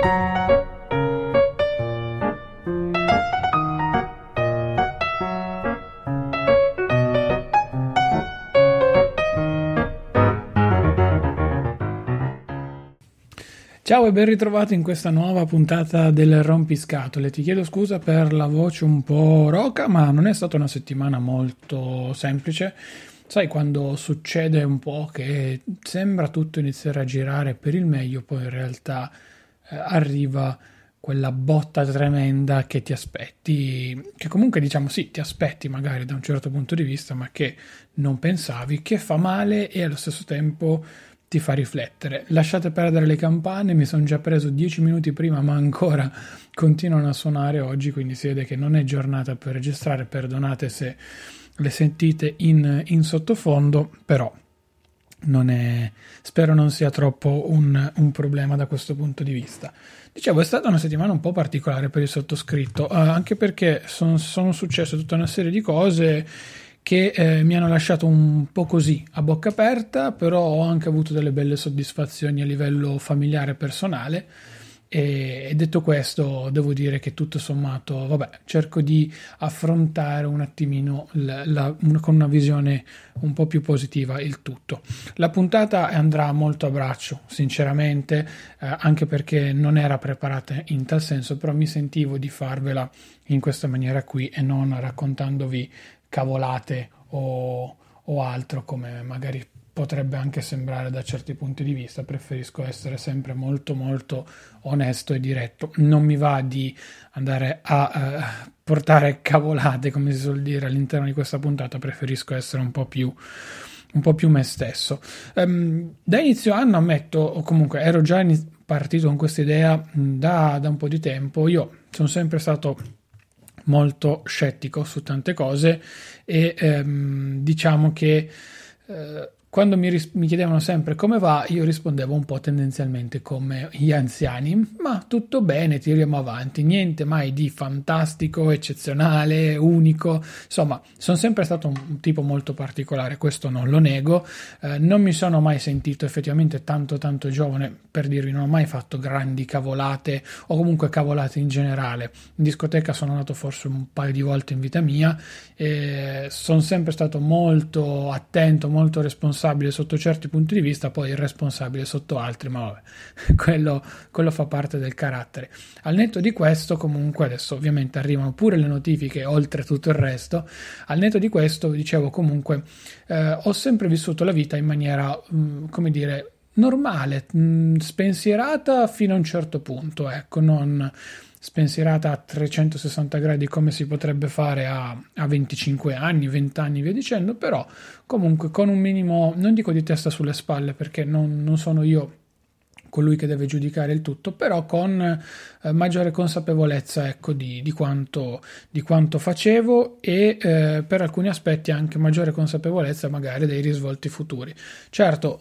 Ciao e ben ritrovato in questa nuova puntata del Rompiscatole. Ti chiedo scusa per la voce un po' roca, ma non è stata una settimana molto semplice. Sai, quando succede un po' che sembra tutto iniziare a girare per il meglio, poi in realtà arriva quella botta tremenda che ti aspetti, che comunque diciamo sì, ti aspetti magari da un certo punto di vista, ma che non pensavi, che fa male e allo stesso tempo ti fa riflettere. Lasciate perdere le campane, mi sono già preso 10 minuti prima, ma ancora continuano a suonare oggi, quindi si vede che non è giornata per registrare. Perdonate se le sentite in sottofondo, però spero non sia troppo un problema da questo punto di vista. Dicevo, è stata una settimana un po' particolare per il sottoscritto, anche perché sono successe tutta una serie di cose che mi hanno lasciato un po' così a bocca aperta, però ho anche avuto delle belle soddisfazioni a livello familiare e personale. E detto questo, devo dire che tutto sommato, vabbè, cerco di affrontare un attimino con una visione un po' più positiva il tutto. La puntata andrà molto a braccio, sinceramente, anche perché non era preparata in tal senso, però mi sentivo di farvela in questa maniera qui e non raccontandovi cavolate o altro, come magari potrebbe anche sembrare da certi punti di vista. Preferisco essere sempre molto molto onesto e diretto. Non mi va di andare a portare cavolate, come si suol dire, all'interno di questa puntata. Preferisco essere un po' più me stesso. Da inizio anno ammetto, o comunque ero già partito con questa idea da un po' di tempo. Io sono sempre stato molto scettico su tante cose e diciamo che quando mi chiedevano sempre come va, io rispondevo un po' tendenzialmente come gli anziani: ma tutto bene, tiriamo avanti, niente mai di fantastico, eccezionale, unico. Insomma, sono sempre stato un tipo molto particolare, questo non lo nego. Non mi sono mai sentito effettivamente tanto giovane, per dirvi, non ho mai fatto grandi cavolate o comunque cavolate in generale. In discoteca sono andato forse un paio di volte in vita mia e sono sempre stato molto attento, molto responsabile sotto certi punti di vista, poi irresponsabile sotto altri, ma vabbè, quello fa parte del carattere. Al netto di questo, comunque, adesso ovviamente arrivano pure le notifiche oltre tutto il resto. Al netto di questo, dicevo, comunque ho sempre vissuto la vita in maniera come dire normale, spensierata fino a un certo punto, ecco, non spensierata a 360 gradi come si potrebbe fare a 25 anni, 20 anni, via dicendo, però comunque con un minimo, non dico di testa sulle spalle, perché non sono io colui che deve giudicare il tutto, però con maggiore consapevolezza, ecco, di quanto facevo e per alcuni aspetti anche maggiore consapevolezza magari dei risvolti futuri. Certo,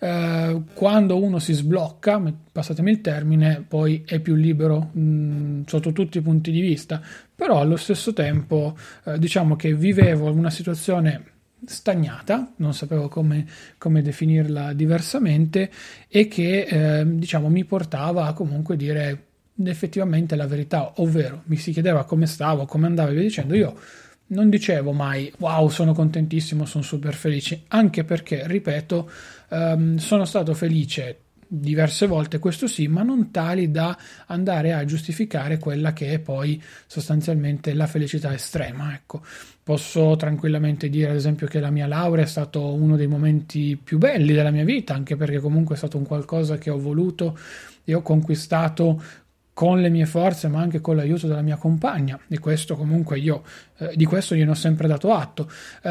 quando uno si sblocca, passatemi il termine, poi è più libero sotto tutti i punti di vista, però allo stesso tempo diciamo che vivevo una situazione stagnata, non sapevo come definirla diversamente, e che diciamo mi portava a comunque dire effettivamente la verità, ovvero mi si chiedeva come stavo, come andavo e via dicendo. Io non dicevo mai wow, sono contentissimo, sono super felice, anche perché, ripeto, sono stato felice diverse volte, questo sì, ma non tali da andare a giustificare quella che è poi sostanzialmente la felicità estrema, ecco. Posso tranquillamente dire ad esempio che la mia laurea è stato uno dei momenti più belli della mia vita, anche perché comunque è stato un qualcosa che ho voluto e ho conquistato con le mie forze, ma anche con l'aiuto della mia compagna, e questo comunque di questo gliene ho sempre dato atto.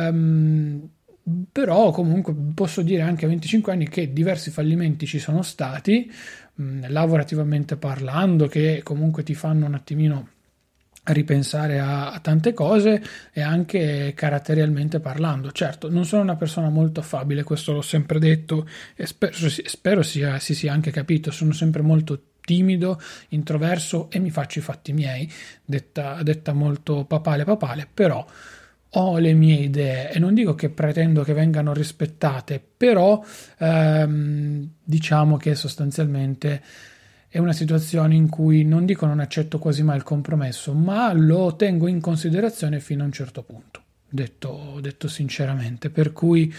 Però comunque posso dire anche a 25 anni che diversi fallimenti ci sono stati, lavorativamente parlando, che comunque ti fanno un attimino ripensare a tante cose, e anche caratterialmente parlando. Certo, non sono una persona molto affabile, questo l'ho sempre detto e spero si sia anche capito. Sono sempre molto timido, introverso e mi faccio i fatti miei, detta molto papale, però ho le mie idee e non dico che pretendo che vengano rispettate, però diciamo che sostanzialmente è una situazione in cui non dico non accetto quasi mai il compromesso, ma lo tengo in considerazione fino a un certo punto, detto sinceramente, per cui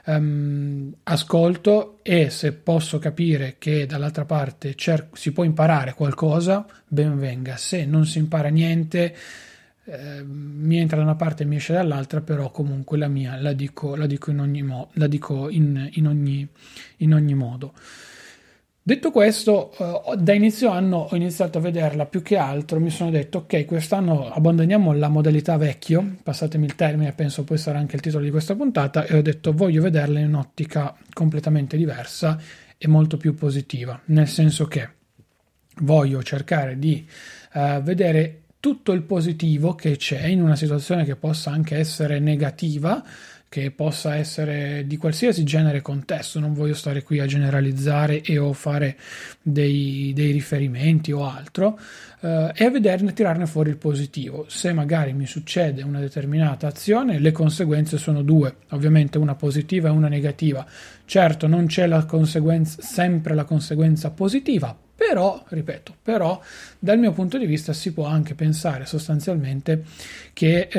ascolto, e se posso capire che dall'altra parte si può imparare qualcosa, ben venga. Se non si impara niente, mi entra da una parte e mi esce dall'altra, però comunque la mia la dico in ogni la dico in ogni modo. Detto questo, da inizio anno ho iniziato a vederla, più che altro mi sono detto ok, quest'anno abbandoniamo la modalità vecchio, passatemi il termine, penso poi sarà anche il titolo di questa puntata, e ho detto voglio vederla in un'ottica completamente diversa e molto più positiva, nel senso che voglio cercare di vedere tutto il positivo che c'è in una situazione che possa anche essere negativa, che possa essere di qualsiasi genere e contesto. Non voglio stare qui a generalizzare e o fare dei riferimenti o altro, e a vederne, tirarne fuori il positivo. Se magari mi succede una determinata azione, le conseguenze sono due, ovviamente una positiva e una negativa. Certo, non c'è la conseguenza, sempre la conseguenza positiva, però, ripeto, però dal mio punto di vista si può anche pensare sostanzialmente che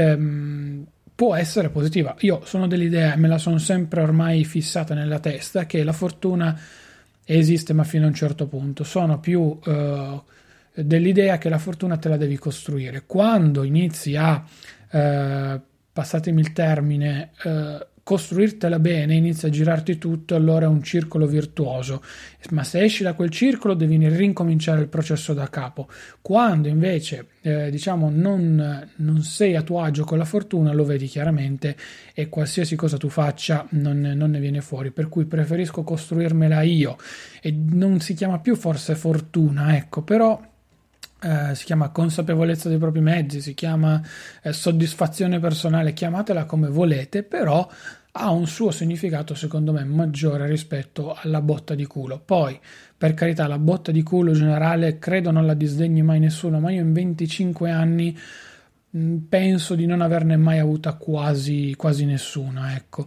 può essere positiva. Io sono dell'idea, me la sono sempre ormai fissata nella testa, che la fortuna esiste ma fino a un certo punto. Sono più dell'idea che la fortuna te la devi costruire. Quando inizi a, passatemi il termine, costruirtela bene, inizia a girarti tutto, allora è un circolo virtuoso, ma se esci da quel circolo devi rincominciare il processo da capo. Quando invece diciamo non sei a tuo agio con la fortuna, lo vedi chiaramente, e qualsiasi cosa tu faccia non ne viene fuori, per cui preferisco costruirmela io. E non si chiama più forse fortuna, ecco, però si chiama consapevolezza dei propri mezzi, si chiama soddisfazione personale, chiamatela come volete, però ha un suo significato secondo me maggiore rispetto alla botta di culo. Poi, per carità, la botta di culo generale credo non la disdegni mai nessuno, ma io in 25 anni penso di non averne mai avuta quasi nessuna, ecco.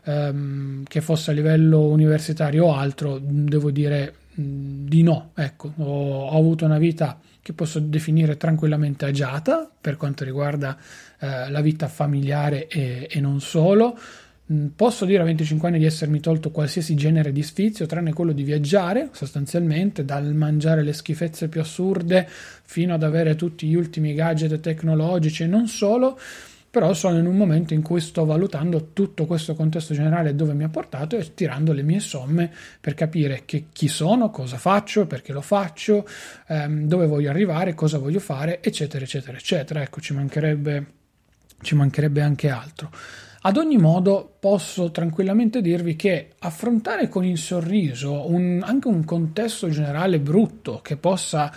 Che fosse a livello universitario o altro, devo dire di no, ecco. Ho avuto una vita che posso definire tranquillamente agiata per quanto riguarda la vita familiare e non solo. Posso dire a 25 anni di essermi tolto qualsiasi genere di sfizio, tranne quello di viaggiare, sostanzialmente, dal mangiare le schifezze più assurde fino ad avere tutti gli ultimi gadget tecnologici e non solo. Però sono in un momento in cui sto valutando tutto questo contesto generale dove mi ha portato e tirando le mie somme per capire chi sono, cosa faccio, perché lo faccio, dove voglio arrivare, cosa voglio fare, eccetera, eccetera, eccetera. Ecco, ci mancherebbe anche altro. Ad ogni modo posso tranquillamente dirvi che affrontare con il sorriso anche un contesto generale brutto che possa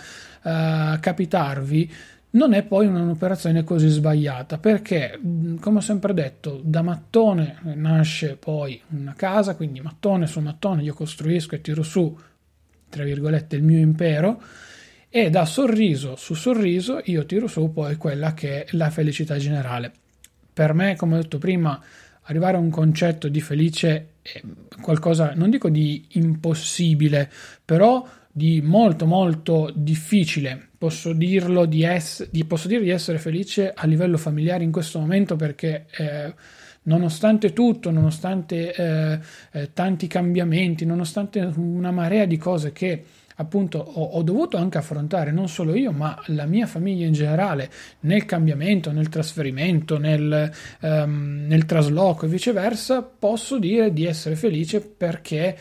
capitarvi non è poi un'operazione così sbagliata, perché, come ho sempre detto, da mattone nasce poi una casa, quindi mattone su mattone io costruisco e tiro su, tra virgolette, il mio impero, e da sorriso su sorriso io tiro su poi quella che è la felicità generale. Per me, come ho detto prima, arrivare a un concetto di felice è qualcosa, non dico di impossibile, però di molto molto difficile. Posso dire di essere felice a livello familiare in questo momento, perché nonostante tutto, nonostante tanti cambiamenti, nonostante una marea di cose che appunto ho dovuto anche affrontare, non solo io ma la mia famiglia in generale, nel cambiamento, nel trasferimento, nel trasloco e viceversa, posso dire di essere felice perché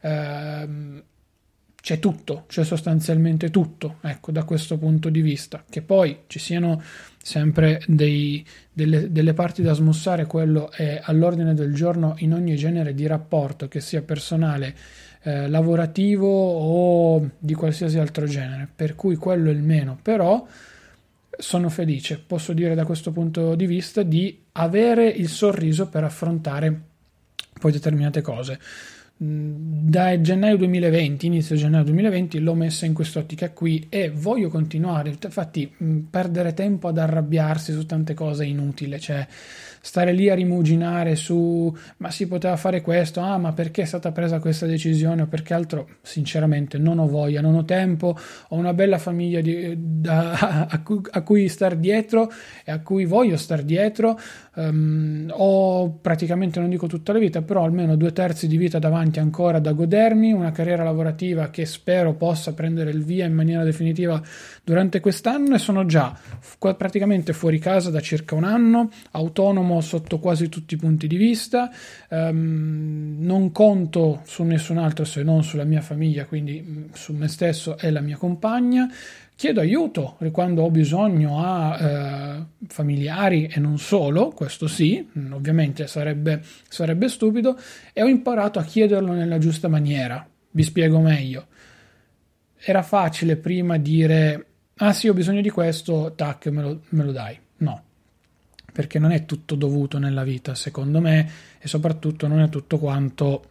c'è sostanzialmente tutto, ecco, da questo punto di vista. Che poi ci siano sempre delle parti da smussare, quello è all'ordine del giorno in ogni genere di rapporto, che sia personale, lavorativo o di qualsiasi altro genere, per cui quello è il meno. Però sono felice, posso dire da questo punto di vista, di avere il sorriso per affrontare poi determinate cose. Da gennaio 2020, inizio gennaio 2020, l'ho messa in quest'ottica qui e voglio continuare. Infatti, perdere tempo ad arrabbiarsi su tante cose è inutile, cioè stare lì a rimuginare su ma si poteva fare questo, ma perché è stata presa questa decisione o perché altro, sinceramente non ho voglia, non ho tempo, ho una bella famiglia a cui star dietro e a cui voglio star dietro. Ho praticamente, non dico tutta la vita, però almeno 2/3 di vita davanti ancora da godermi, una carriera lavorativa che spero possa prendere il via in maniera definitiva durante quest'anno, e sono già praticamente fuori casa da circa un anno, autonomo sotto quasi tutti i punti di vista, non conto su nessun altro se non sulla mia famiglia, quindi su me stesso e la mia compagna. Chiedo aiuto quando ho bisogno a familiari e non solo, questo sì, ovviamente sarebbe stupido, e ho imparato a chiederlo nella giusta maniera. Vi spiego meglio. Era facile prima dire, ah sì, ho bisogno di questo, tac, me lo dai. No, perché non è tutto dovuto nella vita, secondo me, e soprattutto non è tutto quanto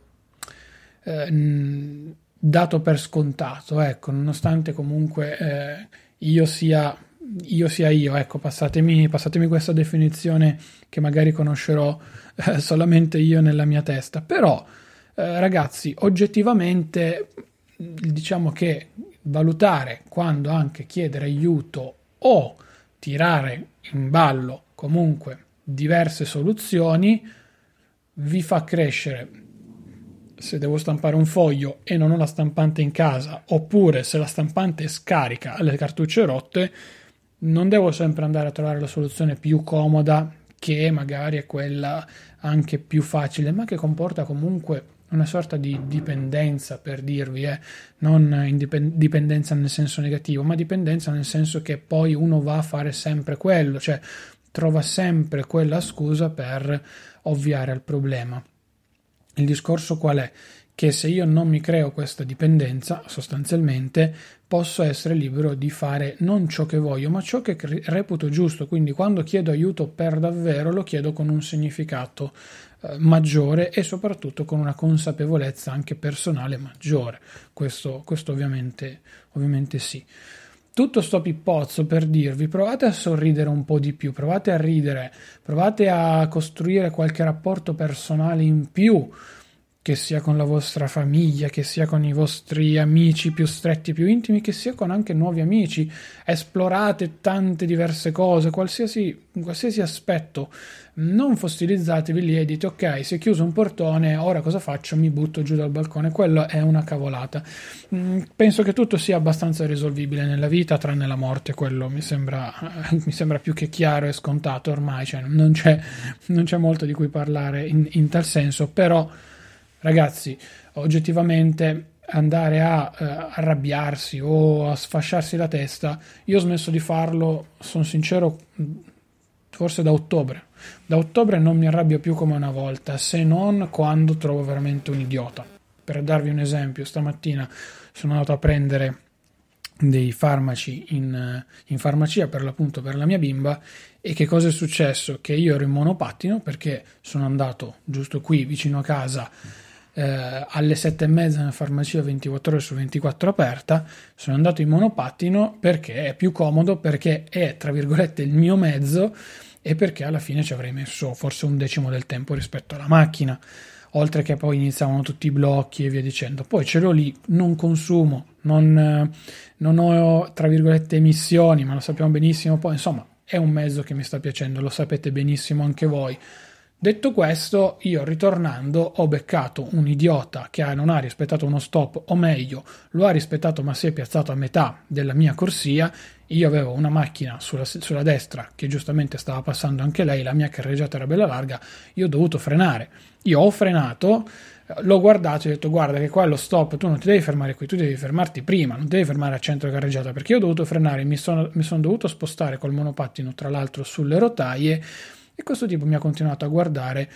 dato per scontato, ecco, nonostante comunque io sia io, ecco, passatemi questa definizione che magari conoscerò solamente io nella mia testa, però ragazzi, oggettivamente diciamo che valutare quando anche chiedere aiuto o tirare in ballo comunque diverse soluzioni vi fa crescere. Se devo stampare un foglio e non ho la stampante in casa, oppure se la stampante è scarica alle cartucce rotte, non devo sempre andare a trovare la soluzione più comoda, che magari è quella anche più facile, ma che comporta comunque una sorta di dipendenza, per dirvi, non dipendenza nel senso negativo, ma dipendenza nel senso che poi uno va a fare sempre quello, cioè trova sempre quella scusa per ovviare al problema. Il discorso qual è? Che se io non mi creo questa dipendenza, sostanzialmente posso essere libero di fare non ciò che voglio, ma ciò che reputo giusto. Quindi quando chiedo aiuto per davvero lo chiedo con un significato maggiore e soprattutto con una consapevolezza anche personale maggiore. Questo ovviamente sì. Tutto sto pippozzo per dirvi, provate a sorridere un po' di più, provate a ridere, provate a costruire qualche rapporto personale in più, che sia con la vostra famiglia, che sia con i vostri amici più stretti, più intimi, che sia con anche nuovi amici. Esplorate tante diverse cose, qualsiasi aspetto. Non fossilizzatevi lì e dite ok, si è chiuso un portone, ora cosa faccio? Mi butto giù dal balcone. Quello è una cavolata. Penso che tutto sia abbastanza risolvibile nella vita, tranne la morte. Quello mi sembra più che chiaro e scontato ormai, cioè non c'è molto di cui parlare in tal senso, però ragazzi, oggettivamente andare a arrabbiarsi o a sfasciarsi la testa, io ho smesso di farlo, sono sincero, forse da ottobre. Da ottobre non mi arrabbio più come una volta, se non quando trovo veramente un idiota. Per darvi un esempio, stamattina sono andato a prendere dei farmaci in farmacia, per l'appunto per la mia bimba, e che cosa è successo? Che io ero in monopattino perché sono andato giusto qui vicino a casa alle 7:30 in farmacia 24 ore su 24 aperta. Sono andato in monopattino perché è più comodo, perché è tra virgolette il mio mezzo e perché alla fine ci avrei messo forse 1/10 del tempo rispetto alla macchina, oltre che poi iniziavano tutti i blocchi e via dicendo. Poi ce l'ho lì, non consumo, non ho tra virgolette emissioni, ma lo sappiamo benissimo. Poi insomma è un mezzo che mi sta piacendo, lo sapete benissimo anche voi. Detto questo, io ritornando ho beccato un idiota che non ha rispettato uno stop, o meglio, lo ha rispettato ma si è piazzato a metà della mia corsia. Io avevo una macchina sulla destra che giustamente stava passando anche lei, la mia carreggiata era bella larga, io ho dovuto frenare. Io ho frenato, l'ho guardato e ho detto guarda che qua è lo stop, tu non ti devi fermare qui, tu devi fermarti prima, non devi fermare a centro carreggiata, perché io ho dovuto frenare, mi sono dovuto spostare col monopattino tra l'altro sulle rotaie. E questo tipo mi ha continuato a guardare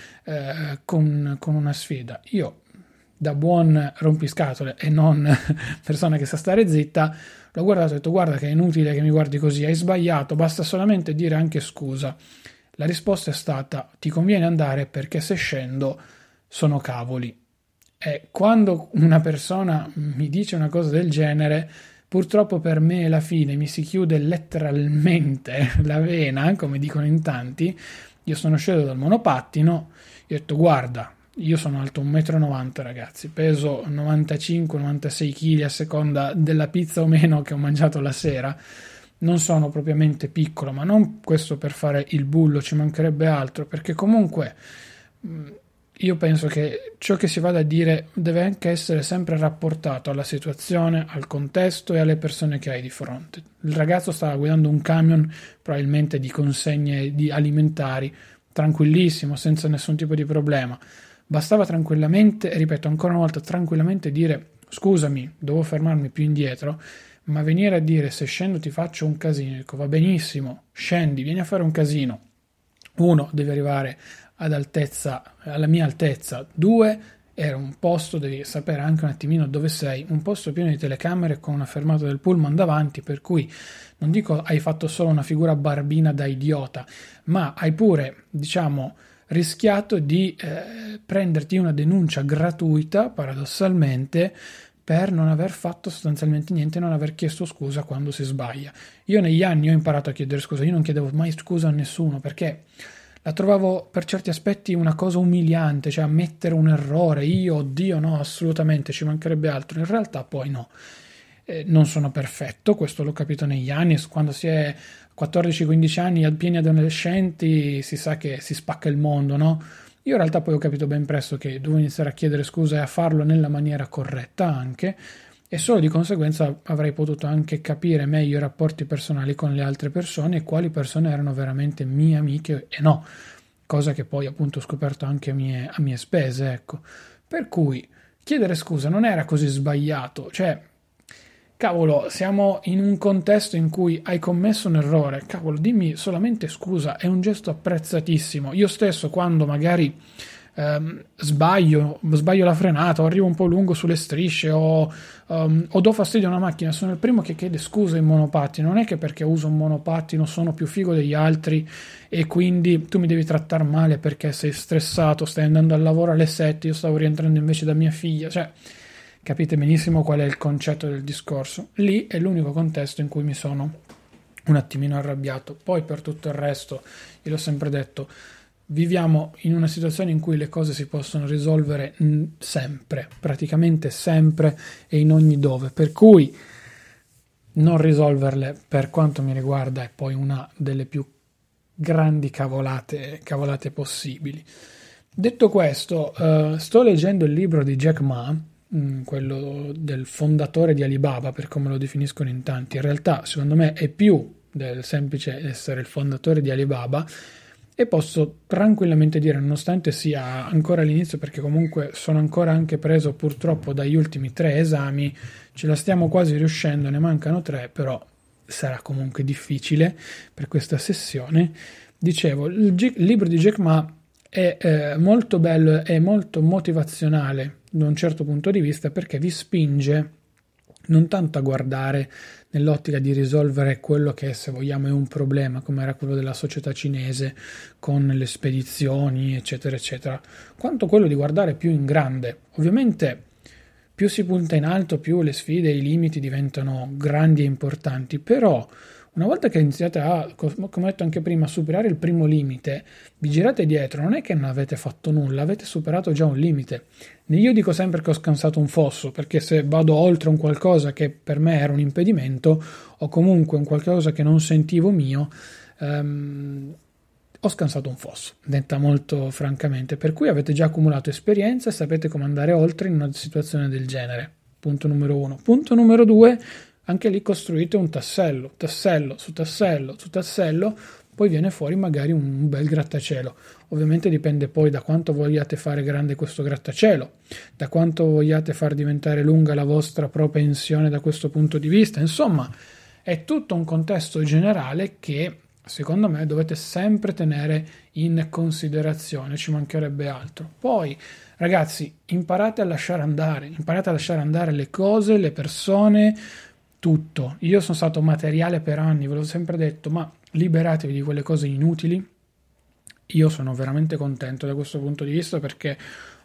con una sfida. Io, da buon rompiscatole e non persona che sa stare zitta, l'ho guardato e ho detto guarda che è inutile che mi guardi così, hai sbagliato, basta solamente dire anche scusa. La risposta è stata ti conviene andare perché se scendo sono cavoli. E quando una persona mi dice una cosa del genere, purtroppo per me alla fine mi si chiude letteralmente la vena, come dicono in tanti. Io sono sceso dal monopattino, io ho detto guarda, io sono alto 1,90 m ragazzi, peso 95-96 kg a seconda della pizza o meno che ho mangiato la sera, non sono propriamente piccolo, ma non questo per fare il bullo, ci mancherebbe altro, perché comunque io penso che ciò che si vada a dire deve anche essere sempre rapportato alla situazione, al contesto e alle persone che hai di fronte. Il ragazzo stava guidando un camion probabilmente di consegne di alimentari, tranquillissimo, senza nessun tipo di problema. Bastava tranquillamente, ripeto ancora una volta, tranquillamente dire scusami, devo fermarmi più indietro, ma venire a dire se scendo ti faccio un casino, dico va benissimo, scendi, vieni a fare un casino. Uno, devi arrivare ad altezza, alla mia altezza. Due, era un posto, devi sapere anche un attimino dove sei, un posto pieno di telecamere con una fermata del pullman davanti, per cui non dico hai fatto solo una figura barbina da idiota, ma hai pure, diciamo, rischiato di prenderti una denuncia gratuita, paradossalmente, per non aver fatto sostanzialmente niente, non aver chiesto scusa quando si sbaglia. Io negli anni ho imparato a chiedere scusa, io non chiedevo mai scusa a nessuno, perché la trovavo per certi aspetti una cosa umiliante, cioè ammettere un errore, io, oddio no, assolutamente, ci mancherebbe altro, in realtà poi no. Non sono perfetto, questo l'ho capito negli anni, quando si è 14-15 anni, pieni adolescenti, si sa che si spacca il mondo, no? Io in realtà poi ho capito ben presto che dovevo iniziare a chiedere scusa e a farlo nella maniera corretta anche, e solo di conseguenza avrei potuto anche capire meglio i rapporti personali con le altre persone e quali persone erano veramente mie amiche e no, cosa che poi appunto ho scoperto anche a mie spese, ecco. Per cui chiedere scusa non era così sbagliato, cioè cavolo, siamo in un contesto in cui hai commesso un errore, cavolo, dimmi solamente scusa, è un gesto apprezzatissimo. Io stesso quando magari sbaglio la frenata o arrivo un po' lungo sulle strisce o do fastidio a una macchina, sono il primo che chiede scusa in monopattino. Non è che perché uso un monopattino sono più figo degli altri e quindi tu mi devi trattare male perché sei stressato, stai andando al lavoro alle 7, io stavo rientrando invece da mia figlia, cioè capite benissimo qual è il concetto del discorso. Lì è l'unico contesto in cui mi sono un attimino arrabbiato. Poi per tutto il resto, io l'ho sempre detto, viviamo in una situazione in cui le cose si possono risolvere sempre, praticamente sempre e in ogni dove, per cui non risolverle per quanto mi riguarda è poi una delle più grandi cavolate possibili. Detto questo, sto leggendo il libro di Jack Ma, quello del fondatore di Alibaba, per come lo definiscono in tanti. In realtà secondo me è più del semplice essere il fondatore di Alibaba, e posso tranquillamente dire, nonostante sia ancora all'inizio, perché comunque sono ancora anche preso purtroppo dagli ultimi 3 esami, ce la stiamo quasi riuscendo, ne mancano 3, però sarà comunque difficile per questa sessione. Dicevo, il libro di Jack Ma è molto bello e molto motivazionale da un certo punto di vista, perché vi spinge non tanto a guardare nell'ottica di risolvere quello che, se vogliamo, è un problema, come era quello della società cinese con le spedizioni, eccetera, eccetera, quanto quello di guardare più in grande. Ovviamente più si punta in alto, più le sfide e i limiti diventano grandi e importanti, però una volta che iniziate a, come ho detto anche prima, a superare il primo limite, vi girate dietro, non è che non avete fatto nulla, avete superato già un limite. Io dico sempre che ho scansato un fosso, perché se vado oltre un qualcosa che per me era un impedimento, o comunque un qualcosa che non sentivo mio, ho scansato un fosso, detta molto francamente, per cui avete già accumulato esperienza e sapete come andare oltre in una situazione del genere. Punto numero 1. Punto numero 2, anche lì costruite un tassello su tassello, poi viene fuori magari un bel grattacielo. Ovviamente dipende poi da quanto vogliate fare grande questo grattacielo, da quanto vogliate far diventare lunga la vostra propensione da questo punto di vista. Insomma, è tutto un contesto generale che secondo me dovete sempre tenere in considerazione, ci mancherebbe altro. Poi, ragazzi, imparate a lasciare andare le cose, le persone, tutto. Io sono stato materiale per anni, ve l'ho sempre detto, ma liberatevi di quelle cose inutili. Io sono veramente contento da questo punto di vista, perché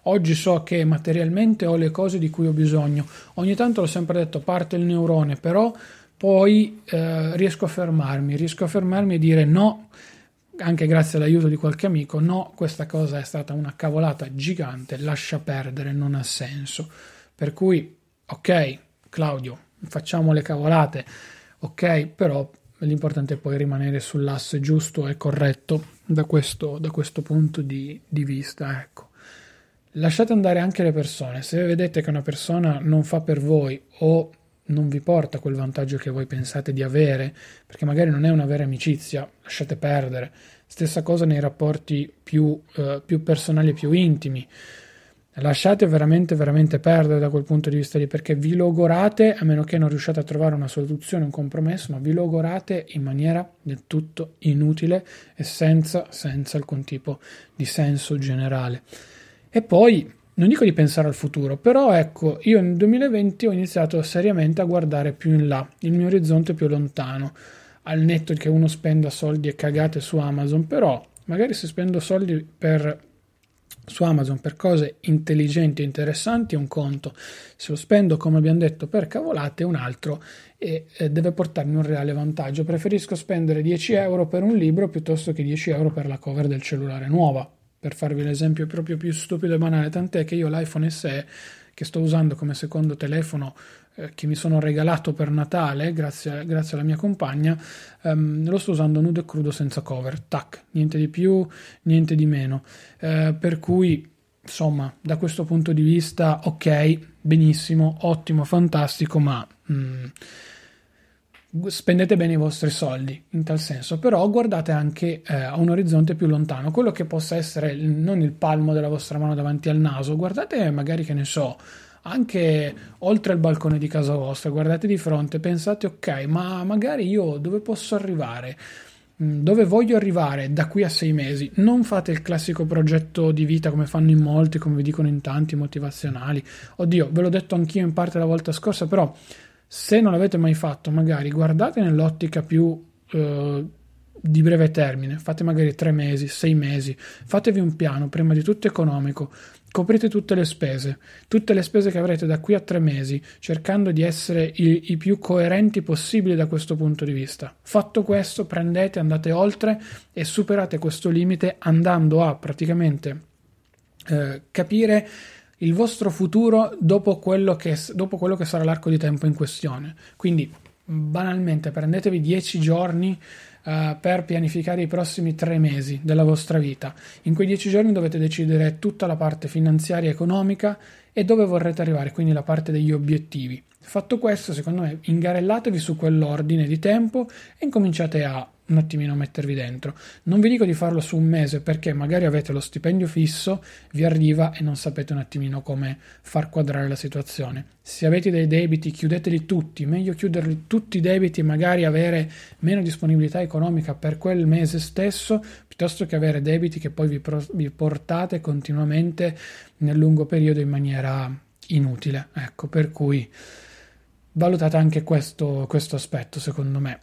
oggi so che materialmente ho le cose di cui ho bisogno. Ogni tanto l'ho sempre detto, parte il neurone, però poi riesco a fermarmi e dire no, anche grazie all'aiuto di qualche amico, no, questa cosa è stata una cavolata gigante, lascia perdere, non ha senso. Per cui, ok, Claudio, facciamo le cavolate, ok, però l'importante è poi rimanere sull'asse giusto e corretto da questo punto di vista, ecco. Lasciate andare anche le persone. Se vedete che una persona non fa per voi o non vi porta quel vantaggio che voi pensate di avere, perché magari non è una vera amicizia, lasciate perdere. Stessa cosa nei rapporti più personali e più intimi. Lasciate veramente perdere da quel punto di vista lì, perché vi logorate, a meno che non riusciate a trovare una soluzione, un compromesso, ma vi logorate in maniera del tutto inutile e senza alcun tipo di senso generale. E poi, non dico di pensare al futuro, però ecco, io nel 2020 ho iniziato seriamente a guardare più in là, il mio orizzonte più lontano, al netto che uno spenda soldi e cagate su Amazon, però magari se spendo soldi su Amazon per cose intelligenti e interessanti è un conto, se lo spendo come abbiamo detto per cavolate è un altro e deve portarmi un reale vantaggio. Preferisco spendere 10 euro per un libro piuttosto che 10 euro per la cover del cellulare nuova, per farvi l'esempio proprio più stupido e banale, tant'è che io l'iPhone SE che sto usando come secondo telefono che mi sono regalato per Natale grazie alla mia compagna, lo sto usando nudo e crudo senza cover, tac, niente di più, niente di meno, per cui insomma da questo punto di vista ok, benissimo, ottimo, fantastico, ma spendete bene i vostri soldi in tal senso, però guardate anche a un orizzonte più lontano, quello che possa essere non il palmo della vostra mano davanti al naso, guardate magari, che ne so, anche oltre il balcone di casa vostra, guardate di fronte, pensate ok, ma magari io dove posso arrivare? Dove voglio arrivare da qui a 6 mesi? Non fate il classico progetto di vita come fanno in molti, come vi dicono in tanti motivazionali. Oddio, ve l'ho detto anch'io in parte la volta scorsa, però se non l'avete mai fatto, magari guardate nell'ottica più di breve termine, fate magari 3 mesi, 6 mesi, fatevi un piano, prima di tutto economico, coprite tutte le spese che avrete da qui a 3 mesi, cercando di essere i più coerenti possibili da questo punto di vista. Fatto questo, prendete, andate oltre e superate questo limite andando a praticamente capire il vostro futuro dopo quello che sarà l'arco di tempo in questione. Quindi banalmente prendetevi 10 giorni per pianificare i prossimi 3 mesi della vostra vita. In quei 10 giorni dovete decidere tutta la parte finanziaria e economica e dove vorrete arrivare, quindi la parte degli obiettivi. Fatto questo, secondo me, ingarellatevi su quell'ordine di tempo e incominciate a un attimino mettervi dentro. Non vi dico di farlo su un mese, perché magari avete lo stipendio fisso, vi arriva e non sapete un attimino come far quadrare la situazione. Se avete dei debiti, chiudeteli tutti, meglio chiuderli tutti i debiti e magari avere meno disponibilità economica per quel mese stesso, piuttosto che avere debiti che poi vi portate continuamente nel lungo periodo in maniera inutile. Ecco, per cui valutate anche questo aspetto, secondo me.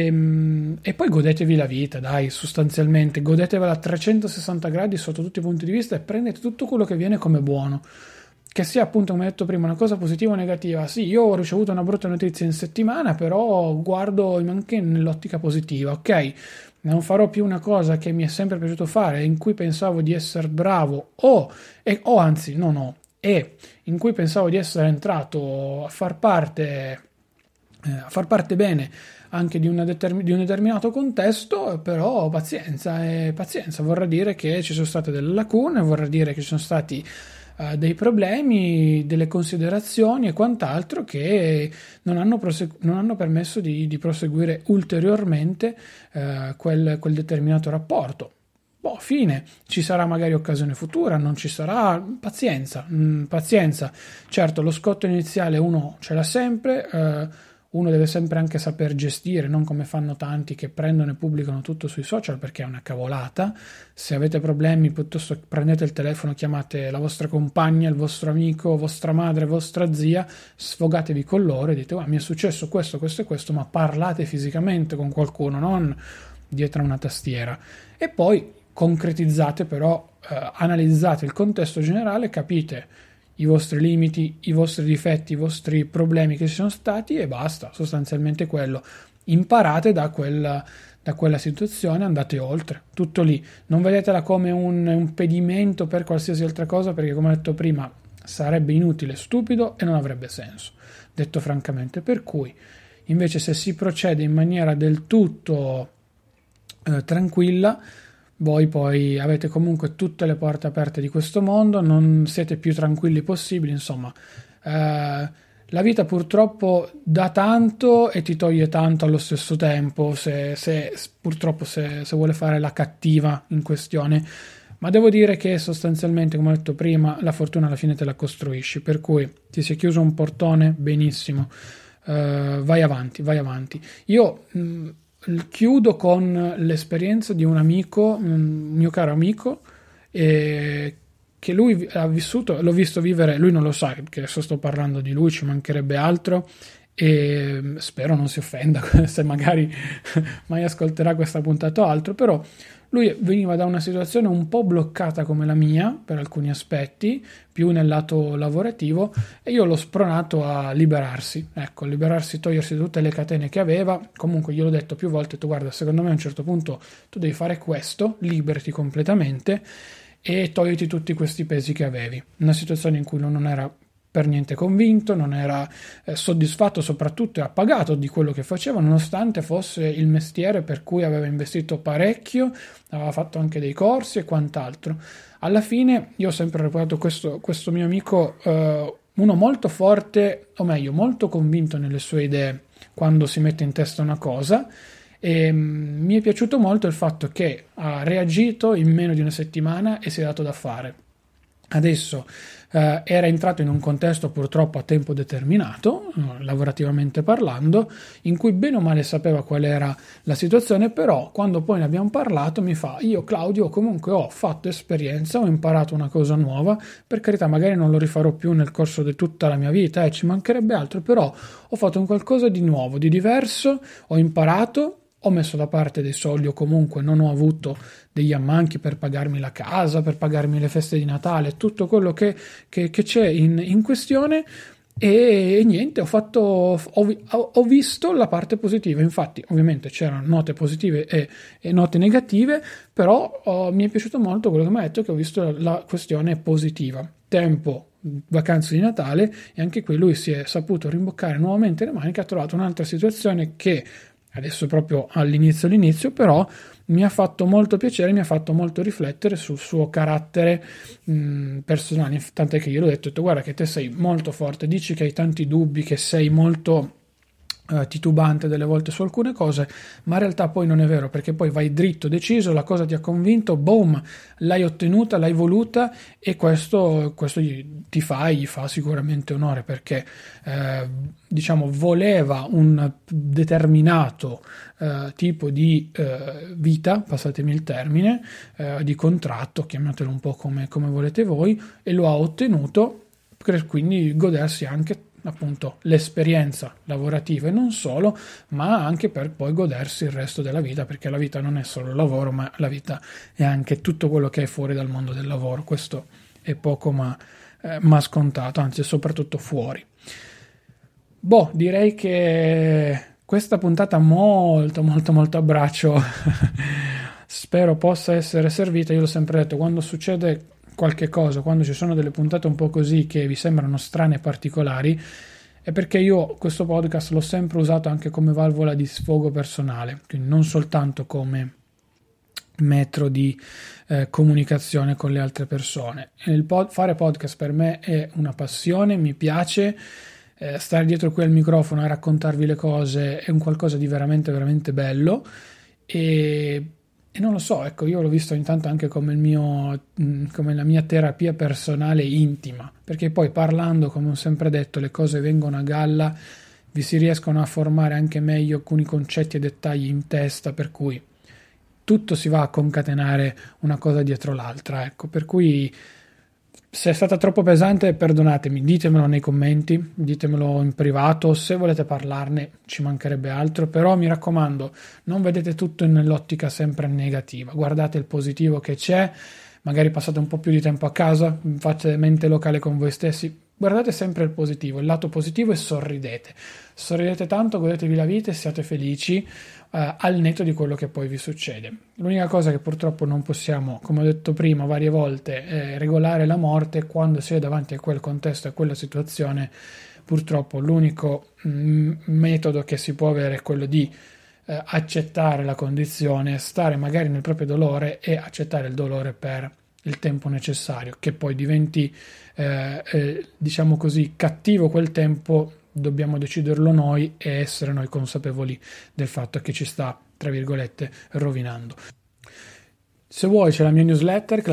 E poi godetevi la vita, dai, sostanzialmente godetevela a 360 gradi sotto tutti i punti di vista e prendete tutto quello che viene come buono, che sia appunto, come ho detto prima, una cosa positiva o negativa. Sì, io ho ricevuto una brutta notizia in settimana, però guardo anche nell'ottica positiva, ok? Non farò più una cosa che mi è sempre piaciuto fare, in cui pensavo di essere bravo e in cui pensavo di essere entrato a far parte bene anche di un determinato contesto, però pazienza, vorrà dire che ci sono state delle lacune, vorrà dire che ci sono stati dei problemi, delle considerazioni e quant'altro che non hanno permesso di proseguire ulteriormente quel determinato rapporto. Fine, ci sarà magari occasione futura, non ci sarà, pazienza. Certo, lo scotto iniziale uno ce l'ha sempre, uno deve sempre anche saper gestire, non come fanno tanti che prendono e pubblicano tutto sui social, perché è una cavolata. Se avete problemi, piuttosto prendete il telefono, chiamate la vostra compagna, il vostro amico, vostra madre, vostra zia, sfogatevi con loro e dite: mi è successo questo e questo, ma parlate fisicamente con qualcuno, non dietro a una tastiera. E poi concretizzate però analizzate il contesto generale, capite i vostri limiti, i vostri difetti, i vostri problemi che ci sono stati e basta, sostanzialmente quello. Imparate da quella situazione, andate oltre, tutto lì. Non vedetela come un impedimento per qualsiasi altra cosa, perché come ho detto prima sarebbe inutile, stupido e non avrebbe senso, detto francamente. Per cui invece se si procede in maniera del tutto tranquilla, voi poi avete comunque tutte le porte aperte di questo mondo, non siete più tranquilli possibili, insomma. La vita purtroppo dà tanto e ti toglie tanto allo stesso tempo, purtroppo se vuole fare la cattiva in questione. Ma devo dire che sostanzialmente, come ho detto prima, la fortuna alla fine te la costruisci, per cui ti sei chiuso un portone, benissimo, vai avanti, vai avanti. Io chiudo con l'esperienza di un amico, un mio caro amico, che lui ha vissuto, l'ho visto vivere, lui non lo sa che adesso sto parlando di lui, ci mancherebbe altro, e spero non si offenda se magari mai ascolterà questa puntata o altro, però lui veniva da una situazione un po' bloccata come la mia per alcuni aspetti, più nel lato lavorativo, e io l'ho spronato a liberarsi, ecco, liberarsi, togliersi tutte le catene che aveva. Comunque gliel'ho detto più volte, tu guarda, secondo me a un certo punto tu devi fare questo, liberati completamente e togliti tutti questi pesi che avevi. Una situazione in cui non era per niente convinto, non era soddisfatto soprattutto e appagato di quello che faceva, nonostante fosse il mestiere per cui aveva investito parecchio, aveva fatto anche dei corsi e quant'altro. Alla fine io ho sempre reputato questo mio amico uno molto forte, o meglio molto convinto nelle sue idee quando si mette in testa una cosa, e mi è piaciuto molto il fatto che ha reagito in meno di una settimana e si è dato da fare. Adesso era entrato in un contesto purtroppo a tempo determinato, lavorativamente parlando, in cui bene o male sapeva qual era la situazione, però quando poi ne abbiamo parlato mi fa: io Claudio comunque ho fatto esperienza, ho imparato una cosa nuova, per carità magari non lo rifarò più nel corso di tutta la mia vita, ci mancherebbe altro, però ho fatto un qualcosa di nuovo, di diverso, ho imparato, ho messo da parte dei soldi o comunque non ho avuto degli ammanchi per pagarmi la casa, per pagarmi le feste di Natale, tutto quello che c'è in questione, e niente, ho visto la parte positiva. Infatti ovviamente c'erano note positive e note negative, però mi è piaciuto molto quello che mi ha detto, che ho visto la questione positiva. Tempo, vacanze di Natale, e anche qui lui si è saputo rimboccare nuovamente le maniche, ha trovato un'altra situazione che adesso proprio all'inizio, però mi ha fatto molto piacere, mi ha fatto molto riflettere sul suo carattere personale, tant'è che io ho detto guarda che te sei molto forte, dici che hai tanti dubbi, che sei molto titubante delle volte su alcune cose, ma in realtà poi non è vero, perché poi vai dritto, deciso, la cosa ti ha convinto, boom, l'hai ottenuta, l'hai voluta, e questo gli fa sicuramente onore, perché diciamo voleva un determinato tipo di vita, passatemi il termine, di contratto, chiamatelo un po' come volete voi, e lo ha ottenuto, per quindi godersi anche appunto l'esperienza lavorativa e non solo, ma anche per poi godersi il resto della vita, perché la vita non è solo il lavoro, ma la vita è anche tutto quello che è fuori dal mondo del lavoro. Questo è poco ma scontato, anzi soprattutto fuori. Direi che questa puntata molto abbraccio spero possa essere servita. Io l'ho sempre detto, quando succede qualche cosa, quando ci sono delle puntate un po' così che vi sembrano strane e particolari, è perché io questo podcast l'ho sempre usato anche come valvola di sfogo personale, quindi non soltanto come metro di comunicazione con le altre persone. Fare podcast per me è una passione, mi piace, stare dietro qui al microfono e raccontarvi le cose è un qualcosa di veramente bello, e non lo so, ecco, io l'ho visto intanto anche come come la mia terapia personale intima, perché poi parlando, come ho sempre detto, le cose vengono a galla, vi si riescono a formare anche meglio alcuni concetti e dettagli in testa, per cui tutto si va a concatenare una cosa dietro l'altra, ecco, per cui se è stata troppo pesante perdonatemi, ditemelo nei commenti, ditemelo in privato, se volete parlarne ci mancherebbe altro, però mi raccomando, non vedete tutto nell'ottica sempre negativa, guardate il positivo che c'è, magari passate un po' più di tempo a casa, fate mente locale con voi stessi, guardate sempre il positivo, il lato positivo, e sorridete tanto, godetevi la vita e siate felici, al netto di quello che poi vi succede. L'unica cosa che purtroppo non possiamo, come ho detto prima varie volte, regolare la morte. Quando si è davanti a quel contesto e a quella situazione, purtroppo l'unico metodo che si può avere è quello di accettare la condizione, stare magari nel proprio dolore e accettare il dolore per il tempo necessario. Che poi diventi diciamo così cattivo quel tempo, dobbiamo deciderlo noi e essere noi consapevoli del fatto che ci sta, tra virgolette, rovinando. Se vuoi c'è la mia newsletter,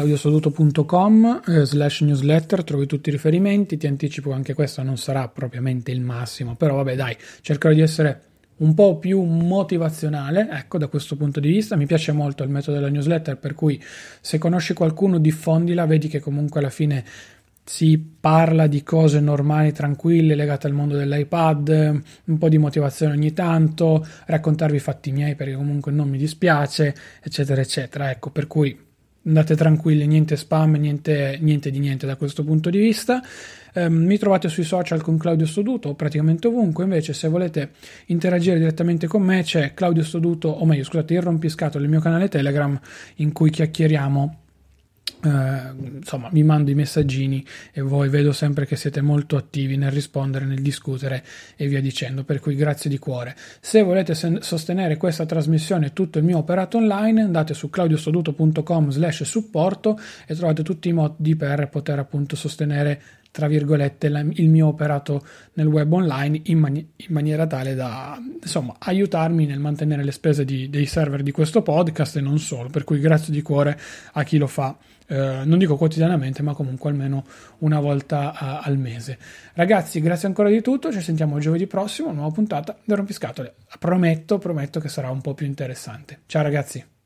claudiostoduto.com/newsletter, trovi tutti i riferimenti. Ti anticipo, anche questo non sarà propriamente il massimo, però vabbè dai, cercherò di essere un po' più motivazionale, ecco, da questo punto di vista. Mi piace molto il metodo della newsletter, per cui se conosci qualcuno diffondila, vedi che comunque alla fine si parla di cose normali, tranquille, legate al mondo dell'iPad, un po' di motivazione ogni tanto, raccontarvi i fatti miei perché comunque non mi dispiace, eccetera eccetera. Ecco, per cui andate tranquilli, niente spam, niente di niente da questo punto di vista. Mi trovate sui social con Claudio Stoduto, praticamente ovunque. Invece se volete interagire direttamente con me c'è Claudio Stoduto, o meglio scusate, il Rompiscatole, il mio canale Telegram, in cui chiacchieriamo. Insomma, mi mando i messaggini e voi vedo sempre che siete molto attivi nel rispondere, nel discutere e via dicendo, per cui grazie di cuore. Se volete sostenere questa trasmissione e tutto il mio operato online, andate su claudiostoduto.com/supporto e trovate tutti i modi per poter appunto sostenere, tra virgolette, il mio operato nel web online in maniera tale da, insomma, aiutarmi nel mantenere le spese dei server di questo podcast e non solo, per cui grazie di cuore a chi lo fa. Non dico quotidianamente, ma comunque almeno una volta al mese. Ragazzi, grazie ancora di tutto, ci sentiamo giovedì prossimo, nuova puntata del Rompiscatole. Prometto che sarà un po' più interessante. Ciao ragazzi.